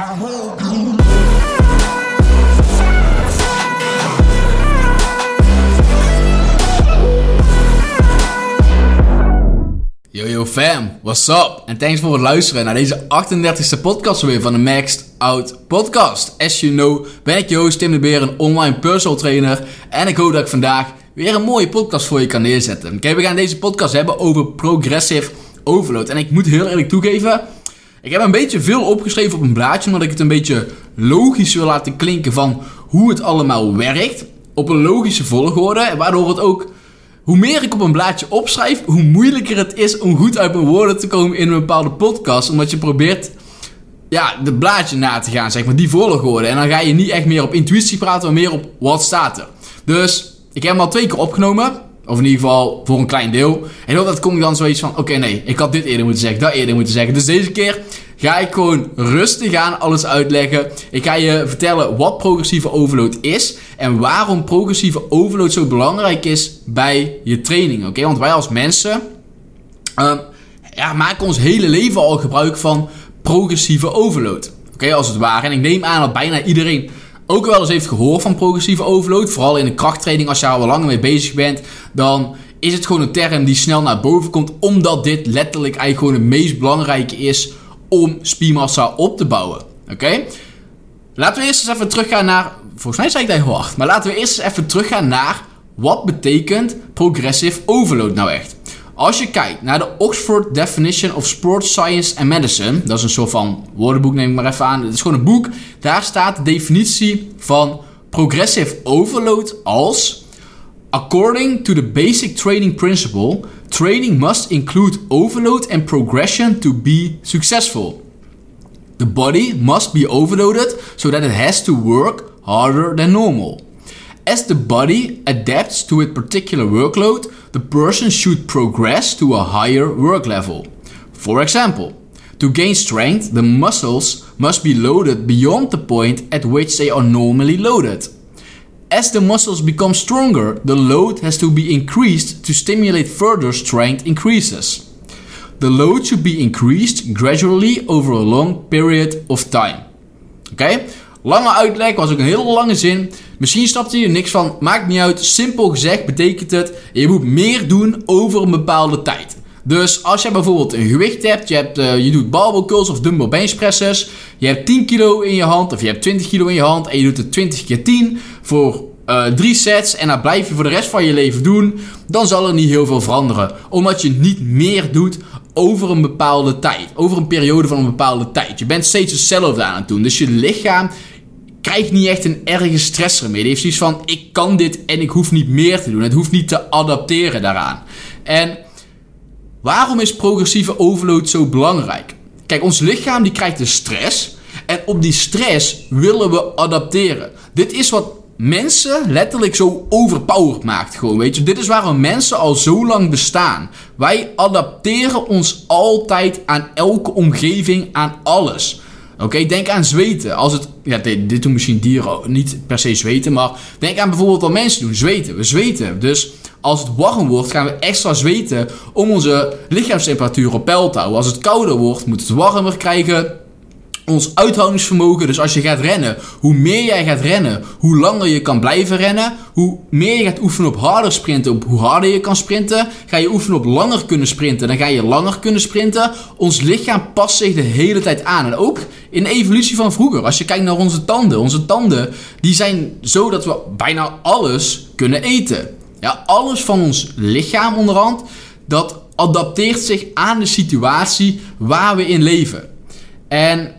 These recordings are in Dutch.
Yo fam, what's up? En thanks voor het luisteren naar deze 38e podcast weer van de Maxed Out Podcast. As you know ben ik je host Tim de Beer, een online personal trainer. En ik hoop dat ik vandaag weer een mooie podcast voor je kan neerzetten. Oké, we gaan deze podcast hebben over progressive overload. En ik moet heel eerlijk toegeven, ik heb een beetje veel opgeschreven op een blaadje, omdat ik het een beetje logisch wil laten klinken van hoe het allemaal werkt. Op een logische volgorde, waardoor het ook, hoe meer ik op een blaadje opschrijf, hoe moeilijker het is om goed uit mijn woorden te komen in een bepaalde podcast. Omdat je probeert, de blaadje na te gaan, zeg maar, die volgorde. En dan ga je niet echt meer op intuïtie praten, maar meer op wat staat er. Dus ik heb hem al 2 keer opgenomen. Of in ieder geval voor een klein deel. En dat kom ik dan zoiets van, oké, nee, ik had dit eerder moeten zeggen, dat eerder moeten zeggen. Dus deze keer ga ik gewoon rustig aan alles uitleggen. Ik ga je vertellen wat progressieve overload is. En waarom progressieve overload zo belangrijk is bij je training. Oké? Want wij als mensen maken ons hele leven al gebruik van progressieve overload. Oké, als het ware. En ik neem aan dat bijna iedereen ook wel eens heeft gehoord van progressieve overload. Vooral in de krachttraining, als je er al langer mee bezig bent, dan is het gewoon een term die snel naar boven komt. Omdat dit letterlijk eigenlijk gewoon het meest belangrijke is om spiermassa op te bouwen. Oké? Laten we eerst eens even teruggaan naar, volgens mij zei ik dat heel hard, maar laten we eerst eens even teruggaan naar wat betekent progressive overload nou echt. Als je kijkt naar de Oxford Definition of Sport Science and Medicine, dat is een soort van woordenboek, neem ik maar even aan. Het is gewoon een boek. Daar staat de definitie van progressive overload als: according to the basic training principle, training must include overload and progression to be successful. The body must be overloaded so that it has to work harder than normal. As the body adapts to its particular workload, the person should progress to a higher work level. For example, to gain strength, the muscles must be loaded beyond the point at which they are normally loaded. As the muscles become stronger, the load has to be increased to stimulate further strength increases. The load should be increased gradually over a long period of time. Oké? Lange uitleg, was ook een hele lange zin. Misschien snapte je er niks van, maakt niet uit. Simpel gezegd betekent het, je moet meer doen over een bepaalde tijd. Dus als je bijvoorbeeld een gewicht hebt, je doet barbell curls of dumbbell bench presses, je hebt 10 kilo in je hand of je hebt 20 kilo in je hand en je doet het 20 keer 10 voor 3 sets en dat blijf je voor de rest van je leven doen, dan zal er niet heel veel veranderen. Omdat je niet meer doet over een bepaalde tijd, over een periode van een bepaalde tijd. Je bent steeds hetzelfde aan het doen, dus je lichaam krijgt niet echt een erge stress ermee. Die heeft zoiets van, ik kan dit en ik hoef niet meer te doen. Het hoeft niet te adapteren daaraan. En waarom is progressieve overload zo belangrijk? Kijk, ons lichaam die krijgt de stress. En op die stress willen we adapteren. Dit is wat mensen letterlijk zo overpowered maakt gewoon, weet je. Dit is waarom mensen al zo lang bestaan. Wij adapteren ons altijd aan elke omgeving, aan alles. Oké, denk aan zweten. Als het, dit doen misschien dieren niet per se zweten, maar denk aan bijvoorbeeld wat mensen doen. Zweten. We zweten. Dus als het warm wordt, gaan we extra zweten om onze lichaamstemperatuur op peil te houden. Als het kouder wordt, moet het warmer krijgen. Ons uithoudingsvermogen, dus als je gaat rennen, hoe meer jij gaat rennen, hoe langer je kan blijven rennen. Hoe meer je gaat oefenen op harder sprinten, op hoe harder je kan sprinten. Ga je oefenen op langer kunnen sprinten, dan ga je langer kunnen sprinten. Ons lichaam past zich de hele tijd aan. En ook in de evolutie van vroeger, als je kijkt naar onze tanden. Onze tanden, die zijn zo dat we bijna alles kunnen eten. Ja, alles van ons lichaam onderhand, dat adapteert zich aan de situatie waar we in leven. En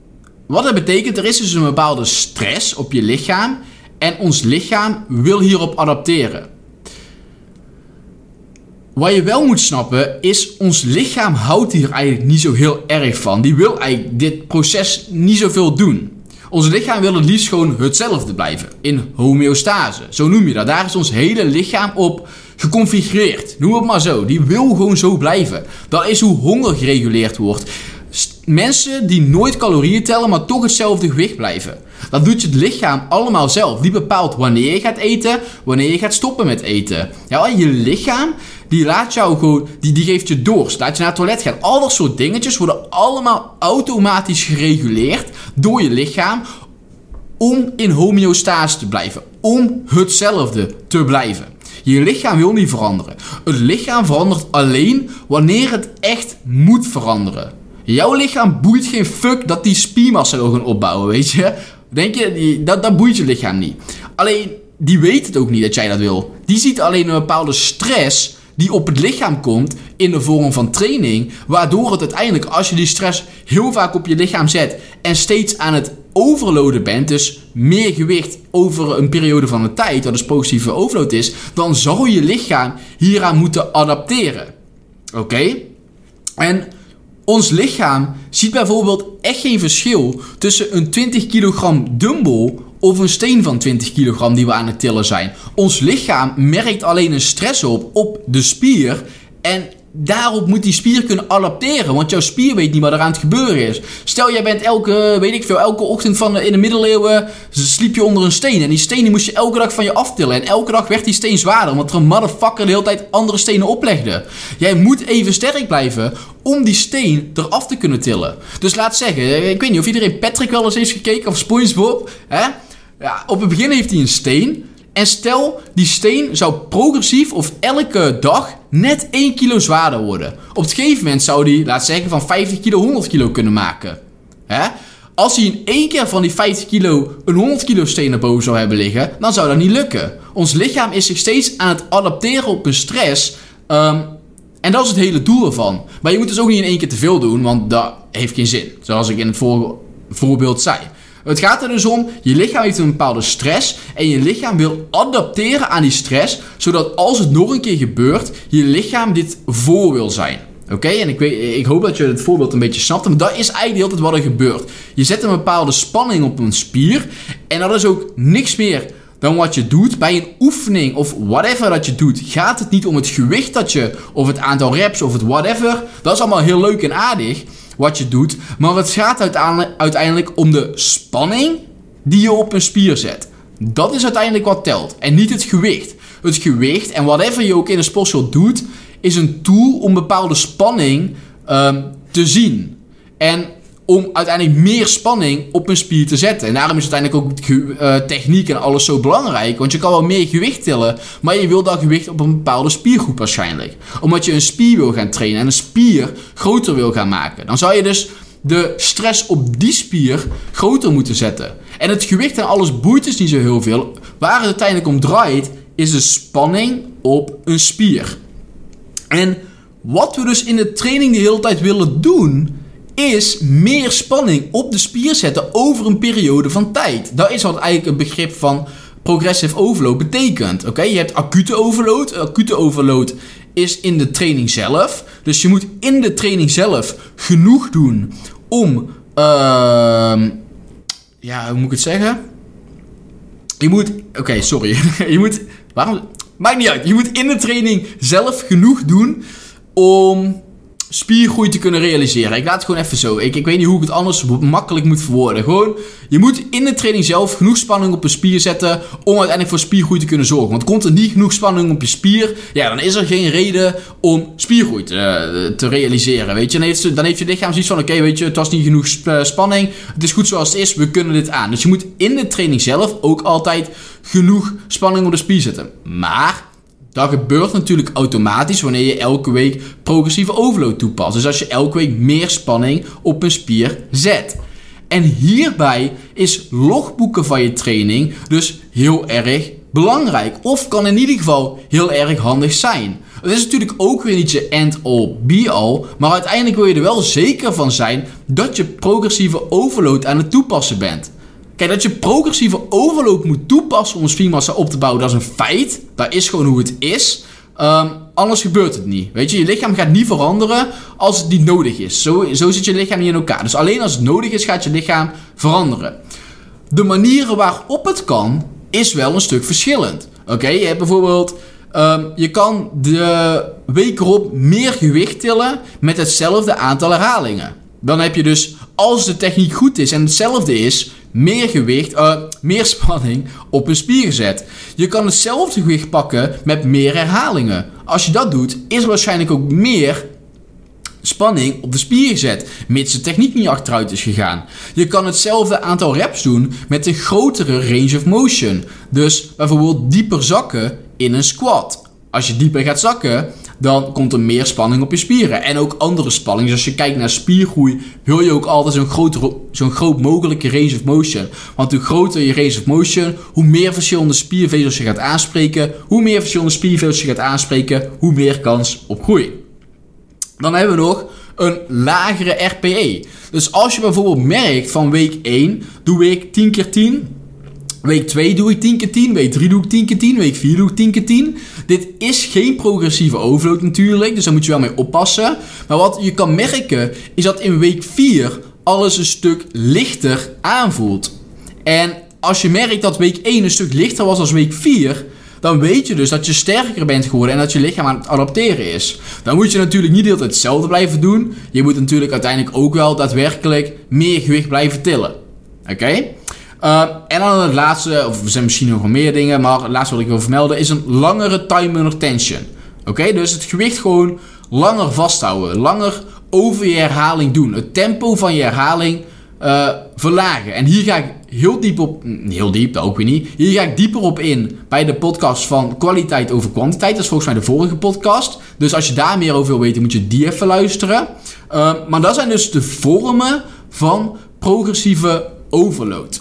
wat dat betekent, er is dus een bepaalde stress op je lichaam en ons lichaam wil hierop adapteren. Wat je wel moet snappen is, ons lichaam houdt hier eigenlijk niet zo heel erg van. Die wil eigenlijk dit proces niet zoveel doen. Ons lichaam wil het liefst gewoon hetzelfde blijven, in homeostase. Zo noem je dat. Daar is ons hele lichaam op geconfigureerd. Noem het maar zo. Die wil gewoon zo blijven. Dat is hoe honger gereguleerd wordt. Mensen die nooit calorieën tellen, maar toch hetzelfde gewicht blijven. Dat doet je het lichaam allemaal zelf. Die bepaalt wanneer je gaat eten, wanneer je gaat stoppen met eten. Ja, je lichaam, die laat jou gewoon, die geeft je dorst. Laat je naar het toilet gaan. Al dat soort dingetjes worden allemaal automatisch gereguleerd door je lichaam om in homeostase te blijven. Om hetzelfde te blijven. Je lichaam wil niet veranderen. Het lichaam verandert alleen wanneer het echt moet veranderen. Jouw lichaam boeit geen fuck dat die spiermassa wil gaan opbouwen, weet je. Denk je, dat boeit je lichaam niet. Alleen, die weet het ook niet dat jij dat wil. Die ziet alleen een bepaalde stress die op het lichaam komt in de vorm van training. Waardoor het uiteindelijk, als je die stress heel vaak op je lichaam zet en steeds aan het overloaden bent, dus meer gewicht over een periode van een tijd, dat dus progressieve overload is, dan zou je lichaam hieraan moeten adapteren. Oké? En ons lichaam ziet bijvoorbeeld echt geen verschil tussen een 20 kilogram dumbbell of een steen van 20 kilogram die we aan het tillen zijn. Ons lichaam merkt alleen een stress op de spier en daarop moet die spier kunnen adapteren, want jouw spier weet niet wat er aan het gebeuren is. Stel, jij bent elke ochtend in de middeleeuwen sliep je onder een steen. En die steen die moest je elke dag van je aftillen. En elke dag werd die steen zwaarder, omdat er een motherfucker de hele tijd andere stenen oplegde. Jij moet even sterk blijven om die steen eraf te kunnen tillen. Dus laat zeggen, ik weet niet of iedereen Patrick wel eens heeft gekeken of SpongeBob. Hè? Ja, op het begin heeft hij een steen. En stel, die steen zou progressief of elke dag net 1 kilo zwaarder worden. Op het gegeven moment zou die, laat zeggen, van 50 kilo 100 kilo kunnen maken. Hè? Als hij in één keer van die 50 kilo een 100 kilo steen naar boven zou hebben liggen, dan zou dat niet lukken. Ons lichaam is zich steeds aan het adapteren op een stress. En dat is het hele doel ervan. Maar je moet dus ook niet in één keer te veel doen, want dat heeft geen zin. Zoals ik in het vorige voorbeeld zei. Het gaat er dus om, je lichaam heeft een bepaalde stress en je lichaam wil adapteren aan die stress, zodat als het nog een keer gebeurt, je lichaam dit voor wil zijn. Oké? En ik hoop dat je het voorbeeld een beetje snapt, maar dat is eigenlijk altijd wat er gebeurt. Je zet een bepaalde spanning op een spier en dat is ook niks meer dan wat je doet. Bij een oefening of whatever dat je doet, gaat het niet om het gewicht dat je, of het aantal reps of het whatever. Dat is allemaal heel leuk en aardig wat je doet, maar het gaat uiteindelijk om de spanning die je op een spier zet. Dat is uiteindelijk wat telt en niet het gewicht. Het gewicht en whatever je ook in een sportschool doet, is een tool om bepaalde spanning te zien. En om uiteindelijk meer spanning op een spier te zetten. En daarom is uiteindelijk ook techniek en alles zo belangrijk. Want je kan wel meer gewicht tillen, maar je wil dat gewicht op een bepaalde spiergroep waarschijnlijk. Omdat je een spier wil gaan trainen en een spier groter wil gaan maken. Dan zou je dus de stress op die spier groter moeten zetten. En het gewicht en alles boeit dus niet zo heel veel. Waar het uiteindelijk om draait, is de spanning op een spier. En wat we dus in de training de hele tijd willen doen, is meer spanning op de spier zetten over een periode van tijd. Dat is wat eigenlijk een begrip van progressive overload betekent. Oké? Je hebt acute overload. Acute overload is in de training zelf. Dus je moet in de training zelf genoeg doen om hoe moet ik het zeggen? Maakt niet uit. Je moet in de training zelf genoeg doen om spiergroei te kunnen realiseren. Ik laat het gewoon even zo. Ik weet niet hoe ik het anders makkelijk moet verwoorden. Gewoon, je moet in de training zelf genoeg spanning op een spier zetten om uiteindelijk voor spiergroei te kunnen zorgen. Want komt er niet genoeg spanning op je spier, ja, dan is er geen reden om spiergroei te realiseren. Weet je, dan heeft je lichaam zoiets van, oké, weet je, het was niet genoeg spanning. Het is goed zoals het is, we kunnen dit aan. Dus je moet in de training zelf ook altijd genoeg spanning op de spier zetten. Maar dat gebeurt natuurlijk automatisch wanneer je elke week progressieve overload toepast. Dus als je elke week meer spanning op een spier zet. En hierbij is logboeken van je training dus heel erg belangrijk. Of kan in ieder geval heel erg handig zijn. Het is natuurlijk ook weer niet je end-all be-all. Maar uiteindelijk wil je er wel zeker van zijn dat je progressieve overload aan het toepassen bent. Kijk, dat je progressieve overload moet toepassen om spiermassa op te bouwen, dat is een feit. Dat is gewoon hoe het is. Anders gebeurt het niet. Weet je, je lichaam gaat niet veranderen als het niet nodig is. Zo zit je lichaam niet in elkaar. Dus alleen als het nodig is, gaat je lichaam veranderen. De manieren waarop het kan, is wel een stuk verschillend. Oké, je hebt bijvoorbeeld, je kan de week erop meer gewicht tillen met hetzelfde aantal herhalingen. Dan heb je dus, als de techniek goed is en hetzelfde is, meer gewicht, meer spanning op een spier gezet. Je kan hetzelfde gewicht pakken met meer herhalingen. Als je dat doet, is er waarschijnlijk ook meer spanning op de spier gezet, mits de techniek niet achteruit is gegaan. Je kan hetzelfde aantal reps doen met een grotere range of motion. Dus bijvoorbeeld dieper zakken in een squat. Als je dieper gaat zakken, dan komt er meer spanning op je spieren. En ook andere spanning. Dus als je kijkt naar spiergroei, wil je ook altijd zo'n groot mogelijke range of motion. Want hoe groter je range of motion, hoe meer verschillende spiervezels je gaat aanspreken. Hoe meer verschillende spiervezels je gaat aanspreken, hoe meer kans op groei. Dan hebben we nog een lagere RPE. Dus als je bijvoorbeeld merkt van week 1 doe ik 10 keer 10. Week 2 doe ik 10 keer 10. Week 3 doe ik 10 keer 10. Week 4 doe ik 10 keer 10. Dit is geen progressieve overload natuurlijk. Dus daar moet je wel mee oppassen. Maar wat je kan merken is dat in week 4 alles een stuk lichter aanvoelt. En als je merkt dat week 1 een stuk lichter was als week 4... dan weet je dus dat je sterker bent geworden en dat je lichaam aan het adapteren is. Dan moet je natuurlijk niet de hele tijd hetzelfde blijven doen. Je moet natuurlijk uiteindelijk ook wel daadwerkelijk meer gewicht blijven tillen. Oké? En dan het laatste, of er zijn misschien nog wel meer dingen, maar het laatste wat ik wil vermelden is een langere time under tension. Oké? Dus het gewicht gewoon langer vasthouden. Langer over je herhaling doen. Het tempo van je herhaling verlagen. En hier ga ik heel diep op... Heel diep, dat ook weer niet. Hier ga ik dieper op in bij de podcast van kwaliteit over kwantiteit. Dat is volgens mij de vorige podcast. Dus als je daar meer over wil weten, moet je die even luisteren. Maar dat zijn dus de vormen van progressieve overload.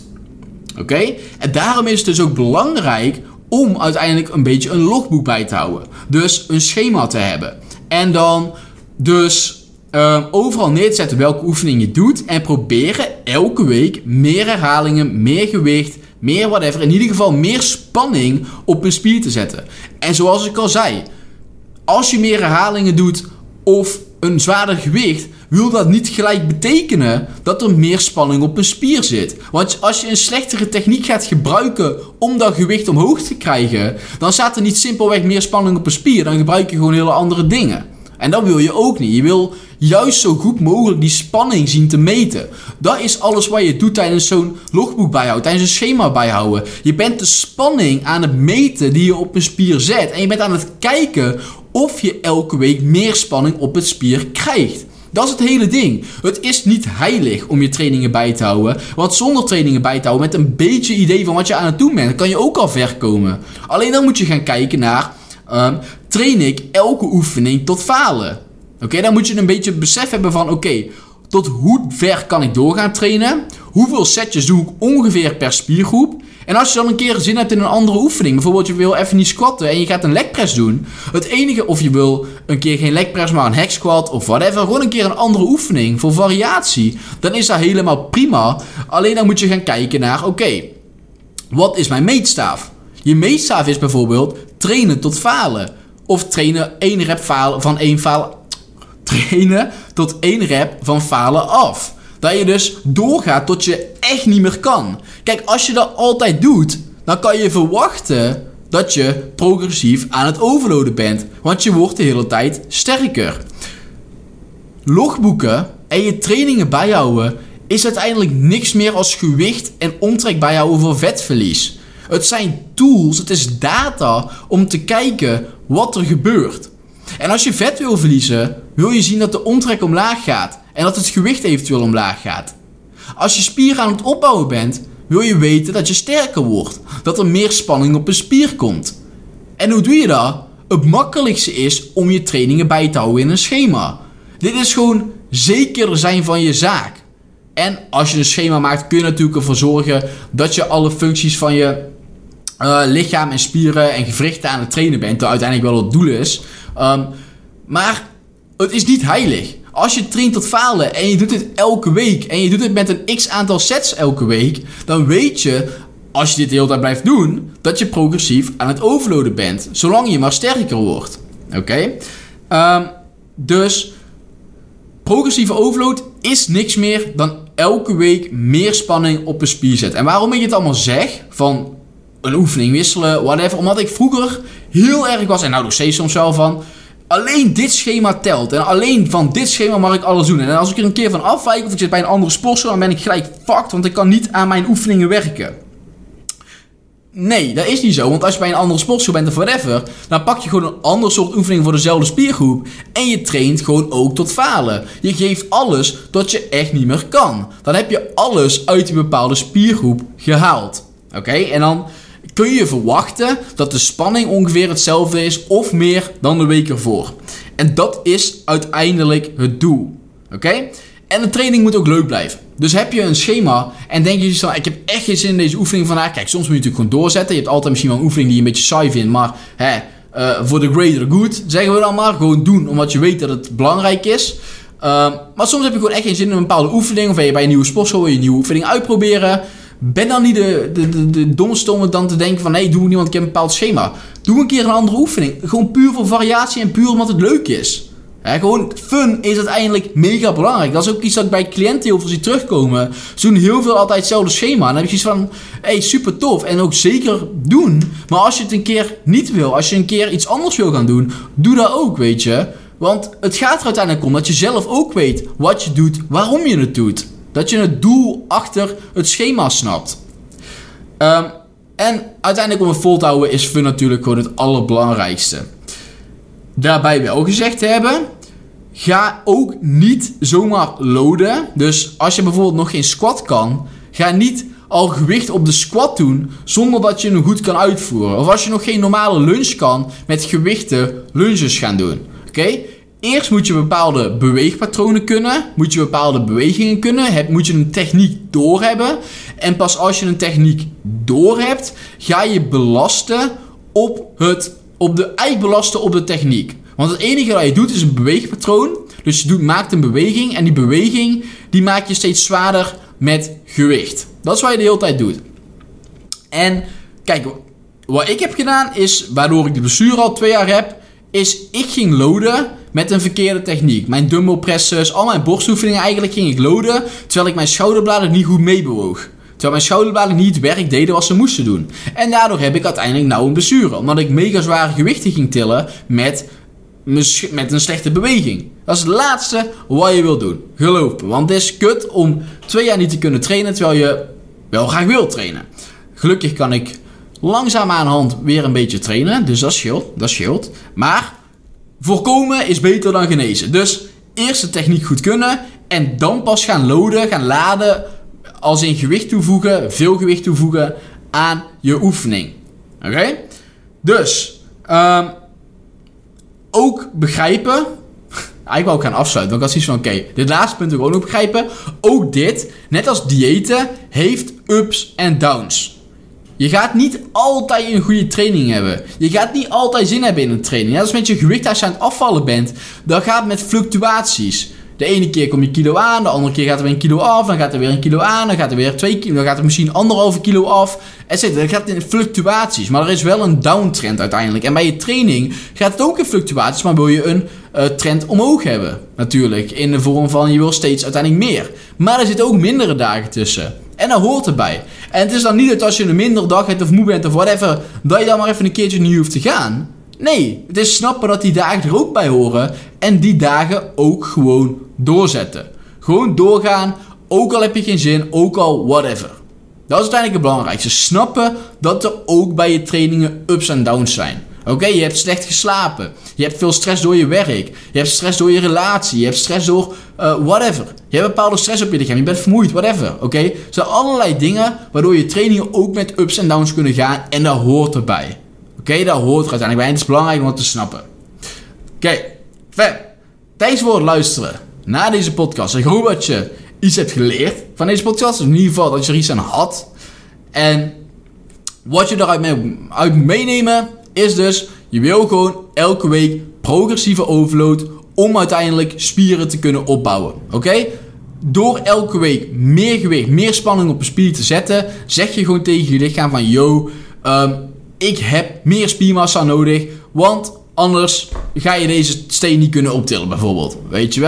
Oké? En daarom is het dus ook belangrijk om uiteindelijk een beetje een logboek bij te houden. Dus een schema te hebben. En dan dus overal neer te zetten welke oefening je doet. En proberen elke week meer herhalingen, meer gewicht, meer whatever. In ieder geval meer spanning op een spier te zetten. En zoals ik al zei, als je meer herhalingen doet of een zwaarder gewicht, wil dat niet gelijk betekenen dat er meer spanning op een spier zit. Want als je een slechtere techniek gaat gebruiken om dat gewicht omhoog te krijgen, dan staat er niet simpelweg meer spanning op een spier. Dan gebruik je gewoon hele andere dingen. En dat wil je ook niet. Je wil juist zo goed mogelijk die spanning zien te meten. Dat is alles wat je doet tijdens zo'n logboek bijhouden, tijdens een schema bijhouden. Je bent de spanning aan het meten die je op een spier zet. En je bent aan het kijken of je elke week meer spanning op het spier krijgt. Dat is het hele ding. Het is niet heilig om je trainingen bij te houden. Want zonder trainingen bij te houden, met een beetje idee van wat je aan het doen bent, kan je ook al ver komen. Alleen dan moet je gaan kijken naar, train ik elke oefening tot falen? Oké, dan moet je een beetje het besef hebben van, oké, tot hoe ver kan ik doorgaan trainen? Hoeveel setjes doe ik ongeveer per spiergroep? En als je dan een keer zin hebt in een andere oefening, bijvoorbeeld je wil even niet squatten en je gaat een leg press doen. Het enige, of je wil een keer geen leg press, maar een hack squat of whatever. Gewoon een keer een andere oefening voor variatie. Dan is dat helemaal prima. Alleen dan moet je gaan kijken naar, oké, wat is mijn meetstaaf? Je meetstaaf is bijvoorbeeld trainen tot falen. Of trainen 1 rep falen van 1 falen. Trainen tot 1 rep van falen af. Dat je dus doorgaat tot je echt niet meer kan. Kijk, als je dat altijd doet, dan kan je verwachten dat je progressief aan het overloaden bent. Want je wordt de hele tijd sterker. Logboeken en je trainingen bijhouden is uiteindelijk niks meer als gewicht en omtrek bijhouden voor vetverlies. Het zijn tools, het is data om te kijken wat er gebeurt. En als je vet wil verliezen, wil je zien dat de omtrek omlaag gaat. En dat het gewicht eventueel omlaag gaat. Als je spier aan het opbouwen bent, wil je weten dat je sterker wordt. Dat er meer spanning op een spier komt. En hoe doe je dat? Het makkelijkste is om je trainingen bij te houden in een schema. Dit is gewoon zeker zijn van je zaak. En als je een schema maakt, kun je natuurlijk ervoor zorgen dat je alle functies van je lichaam en spieren en gewrichten aan het trainen bent. Dat uiteindelijk wel het doel is. Maar het is niet heilig. Als je traint tot falen en je doet dit elke week en je doet het met een x aantal sets elke week, dan weet je, als je dit de hele tijd blijft doen, dat je progressief aan het overloaden bent. Zolang je maar sterker wordt. Oké? Dus progressieve overload is niks meer dan elke week meer spanning op een spier zetten. En waarom ik het allemaal zeg, van een oefening wisselen, whatever, omdat ik vroeger heel erg was, en nou nog steeds soms wel van, alleen dit schema telt. En alleen van dit schema mag ik alles doen. En als ik er een keer van afwijk of ik zit bij een andere sportschool, dan ben ik gelijk fucked, want ik kan niet aan mijn oefeningen werken. Nee, dat is niet zo. Want als je bij een andere sportschool bent of whatever, dan pak je gewoon een ander soort oefening voor dezelfde spiergroep. En je traint gewoon ook tot falen. Je geeft alles tot je echt niet meer kan. Dan heb je alles uit die bepaalde spiergroep gehaald. Oké? En dan kun je verwachten dat de spanning ongeveer hetzelfde is of meer dan de week ervoor. En dat is uiteindelijk het doel. Oké? En de training moet ook leuk blijven. Dus heb je een schema en denk je zo, ik heb echt geen zin in deze oefening vandaag. Kijk, soms moet je natuurlijk gewoon doorzetten. Je hebt altijd misschien wel een oefening die je een beetje saai vindt. Maar voor the greater good, zeggen we dan maar. Gewoon doen, omdat je weet dat het belangrijk is. Maar soms heb je gewoon echt geen zin in een bepaalde oefening. Of ben je bij een nieuwe sportschool, wil je een nieuwe oefening uitproberen. Ben dan niet de domste om het dan te denken van, nee, doe niet, want ik heb een bepaald schema. Doe een keer een andere oefening. Gewoon puur voor variatie en puur omdat het leuk is. Gewoon fun is uiteindelijk mega belangrijk. Dat is ook iets dat ik bij cliënten heel veel zie terugkomen. Ze doen heel veel altijd hetzelfde schema. En dan heb je iets van, super tof. En ook zeker doen. Maar als je het een keer niet wil, als je een keer iets anders wil gaan doen, doe dat ook, weet je. Want het gaat er uiteindelijk om dat je zelf ook weet wat je doet, waarom je het doet. Dat je het doel achter het schema snapt. En uiteindelijk om het vol te houden is fun natuurlijk gewoon het allerbelangrijkste. Daarbij wel gezegd hebben, ga ook niet zomaar loaden. Dus als je bijvoorbeeld nog geen squat kan, ga niet al gewicht op de squat doen zonder dat je hem goed kan uitvoeren. Of als je nog geen normale lunge kan, met gewichten lunges gaan doen. Oké? Eerst moet je bepaalde beweegpatronen kunnen, moet je bepaalde bewegingen kunnen, moet je een techniek doorhebben. En pas als je een techniek doorhebt, ga je belasten op de techniek. Want het enige wat je doet is een beweegpatroon. Dus je maakt een beweging en die beweging die maak je steeds zwaarder met gewicht. Dat is wat je de hele tijd doet. En kijk, wat ik heb gedaan is, waardoor ik de blessure al 2 jaar heb, is ik ging loaden met een verkeerde techniek. Mijn dumbbell presses, al mijn borstoefeningen eigenlijk ging ik loaden, terwijl ik mijn schouderbladen niet goed meebewoog. Terwijl mijn schouderbladen niet het werk deden wat ze moesten doen. En daardoor heb ik uiteindelijk nou een blessure. Omdat ik mega zware gewichten ging tillen met een slechte beweging. Dat is het laatste wat je wilt doen. Geloof me. Want het is kut om 2 jaar niet te kunnen trainen terwijl je wel graag wilt trainen. Gelukkig kan ik langzaam aan de hand weer een beetje trainen. Dus dat scheelt. Maar voorkomen is beter dan genezen. Dus eerst de techniek goed kunnen. En dan pas gaan loaden, gaan laden. Als in gewicht toevoegen, veel gewicht toevoegen aan je oefening. Oké? Dus, ook begrijpen. Eigenlijk wou ik gaan afsluiten, want ik had zoiets van, oké, dit laatste punt wil ik ook begrijpen. Ook dit, net als diëten, heeft ups en downs. Je gaat niet altijd een goede training hebben. Je gaat niet altijd zin hebben in een training. Net als met je gewicht als je aan het afvallen bent, dat gaat met fluctuaties. De ene keer kom je kilo aan, de andere keer gaat er weer een kilo af, dan gaat er weer een kilo aan, dan gaat er weer 2 kilo, dan gaat er misschien 1,5 kilo af, etc. Dat gaat in fluctuaties, maar er is wel een downtrend uiteindelijk. En bij je training gaat het ook in fluctuaties, maar wil je een trend omhoog hebben, natuurlijk. In de vorm van je wil steeds uiteindelijk meer. Maar er zitten ook mindere dagen tussen. En dat hoort erbij. En het is dan niet dat als je een mindere dag hebt of moe bent of whatever, dat je dan maar even een keertje niet hoeft te gaan. Nee, het is snappen dat die dagen er ook bij horen en die dagen ook gewoon doorzetten. Gewoon doorgaan, ook al heb je geen zin, ook al whatever. Dat is uiteindelijk het belangrijkste. Snappen dat er ook bij je trainingen ups en downs zijn. Oké, je hebt slecht geslapen. Je hebt veel stress door je werk. Je hebt stress door je relatie. Je hebt stress door whatever. Je hebt bepaalde stress op je lichaam. Je bent vermoeid, whatever. Oké, er zijn allerlei dingen waardoor je trainingen ook met ups en downs kunnen gaan. En dat hoort erbij. Oké, dat hoort er uiteindelijk bij. En het is belangrijk om dat te snappen. Oké, fijn. Thanks voor het luisteren naar deze podcast. Ik hoop dat je iets hebt geleerd van deze podcast. In ieder geval dat je er iets aan had. En wat je eruit moet meenemen is dus, je wil gewoon elke week progressieve overload om uiteindelijk spieren te kunnen opbouwen. Oké? Door elke week meer gewicht, meer spanning op een spier te zetten, zeg je gewoon tegen je lichaam van, yo, ik heb meer spiermassa nodig, want anders ga je deze steen niet kunnen optillen bijvoorbeeld. Weet je wel?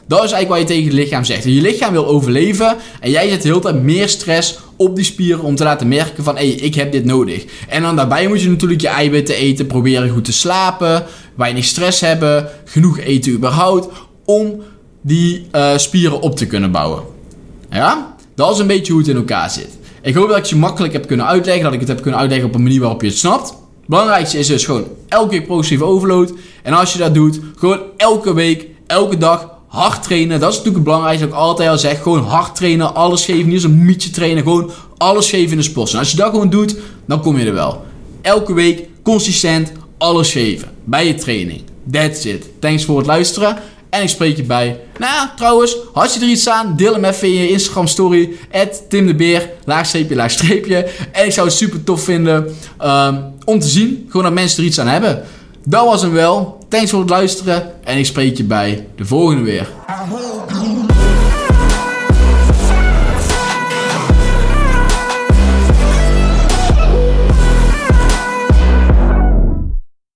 Dat is eigenlijk wat je tegen je lichaam zegt. Je lichaam wil overleven en jij zet de hele tijd meer stress op die spieren om te laten merken van, ik heb dit nodig. En dan daarbij moet je natuurlijk je eiwitten eten, proberen goed te slapen, weinig stress hebben, genoeg eten überhaupt, om die spieren op te kunnen bouwen. Ja? Dat is een beetje hoe het in elkaar zit. Ik hoop dat ik je makkelijk heb kunnen uitleggen, dat ik het heb kunnen uitleggen op een manier waarop je het snapt. Het belangrijkste is dus gewoon elke week progressieve overload. En als je dat doet, gewoon elke week, elke dag hard trainen. Dat is natuurlijk het belangrijkste dat ik altijd al zeg. Gewoon hard trainen, alles geven. Niet eens een mietje trainen, gewoon alles geven in de sport. En als je dat gewoon doet, dan kom je er wel. Elke week, consistent, alles geven. Bij je training. That's it. Thanks voor het luisteren. En ik spreek je bij. Nou ja, trouwens, had je er iets aan, deel hem even in je Instagram story. @TimDeBeer, __. En ik zou het super tof vinden om te zien. Gewoon dat mensen er iets aan hebben. Dat was hem wel. Thanks voor het luisteren. En ik spreek je bij de volgende weer.